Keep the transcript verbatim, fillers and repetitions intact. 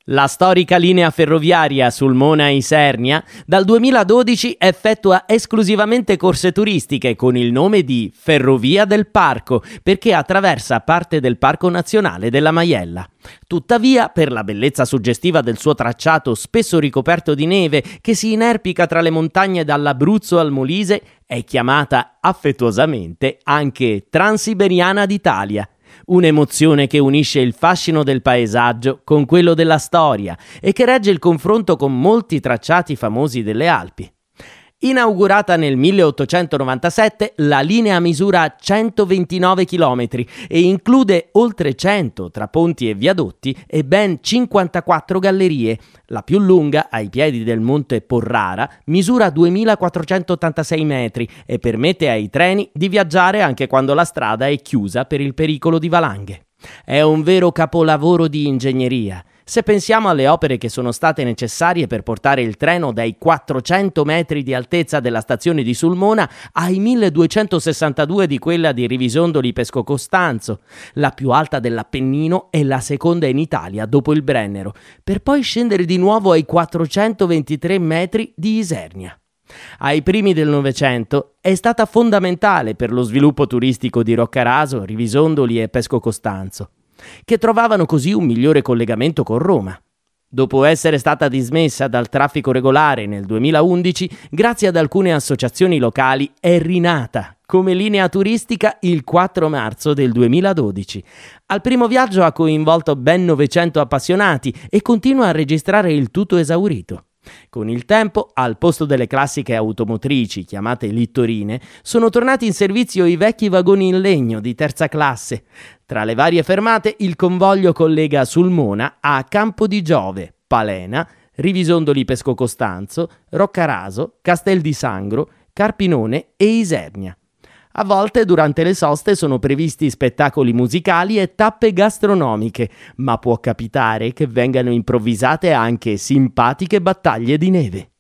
La storica linea ferroviaria Sulmona-Isernia dal duemiladodici effettua esclusivamente corse turistiche con il nome di Ferrovia del Parco, perché attraversa parte del Parco Nazionale della Maiella. Tuttavia, per la bellezza suggestiva del suo tracciato spesso ricoperto di neve che si inerpica tra le montagne dall'Abruzzo al Molise, è chiamata affettuosamente anche Transiberiana d'Italia. Un'emozione che unisce il fascino del paesaggio con quello della storia e che regge il confronto con molti tracciati famosi delle Alpi. Inaugurata nel milleottocentonovantasette, la linea misura centoventinove chilometri e include oltre cento tra ponti e viadotti e ben cinquantaquattro gallerie. La più lunga, ai piedi del monte Porrara, misura duemilaquattrocentottantasei metri e permette ai treni di viaggiare anche quando la strada è chiusa per il pericolo di valanghe. È un vero capolavoro di ingegneria. Se pensiamo alle opere che sono state necessarie per portare il treno dai quattrocento metri di altezza della stazione di Sulmona ai milleduecentosessantadue di quella di Rivisondoli Pesco Costanzo, la più alta dell'Appennino e la seconda in Italia dopo il Brennero, per poi scendere di nuovo ai quattrocentoventitré metri di Isernia. Ai primi del Novecento è stata fondamentale per lo sviluppo turistico di Roccaraso, Rivisondoli e Pesco Costanzo, che trovavano così un migliore collegamento con Roma. Dopo essere stata dismessa dal traffico regolare nel duemilaundici, grazie ad alcune associazioni locali è rinata come linea turistica il quattro marzo del duemiladodici. Al primo viaggio ha coinvolto ben novecento appassionati e continua a registrare il tutto esaurito. Con il tempo, al posto delle classiche automotrici chiamate littorine, sono tornati in servizio i vecchi vagoni in legno di terza classe. Tra le varie fermate, il convoglio collega Sulmona a Campo di Giove, Palena, Rivisondoli Pesco Costanzo, Roccaraso, Castel di Sangro, Carpinone e Isernia. A volte durante le soste sono previsti spettacoli musicali e tappe gastronomiche, ma può capitare che vengano improvvisate anche simpatiche battaglie di neve.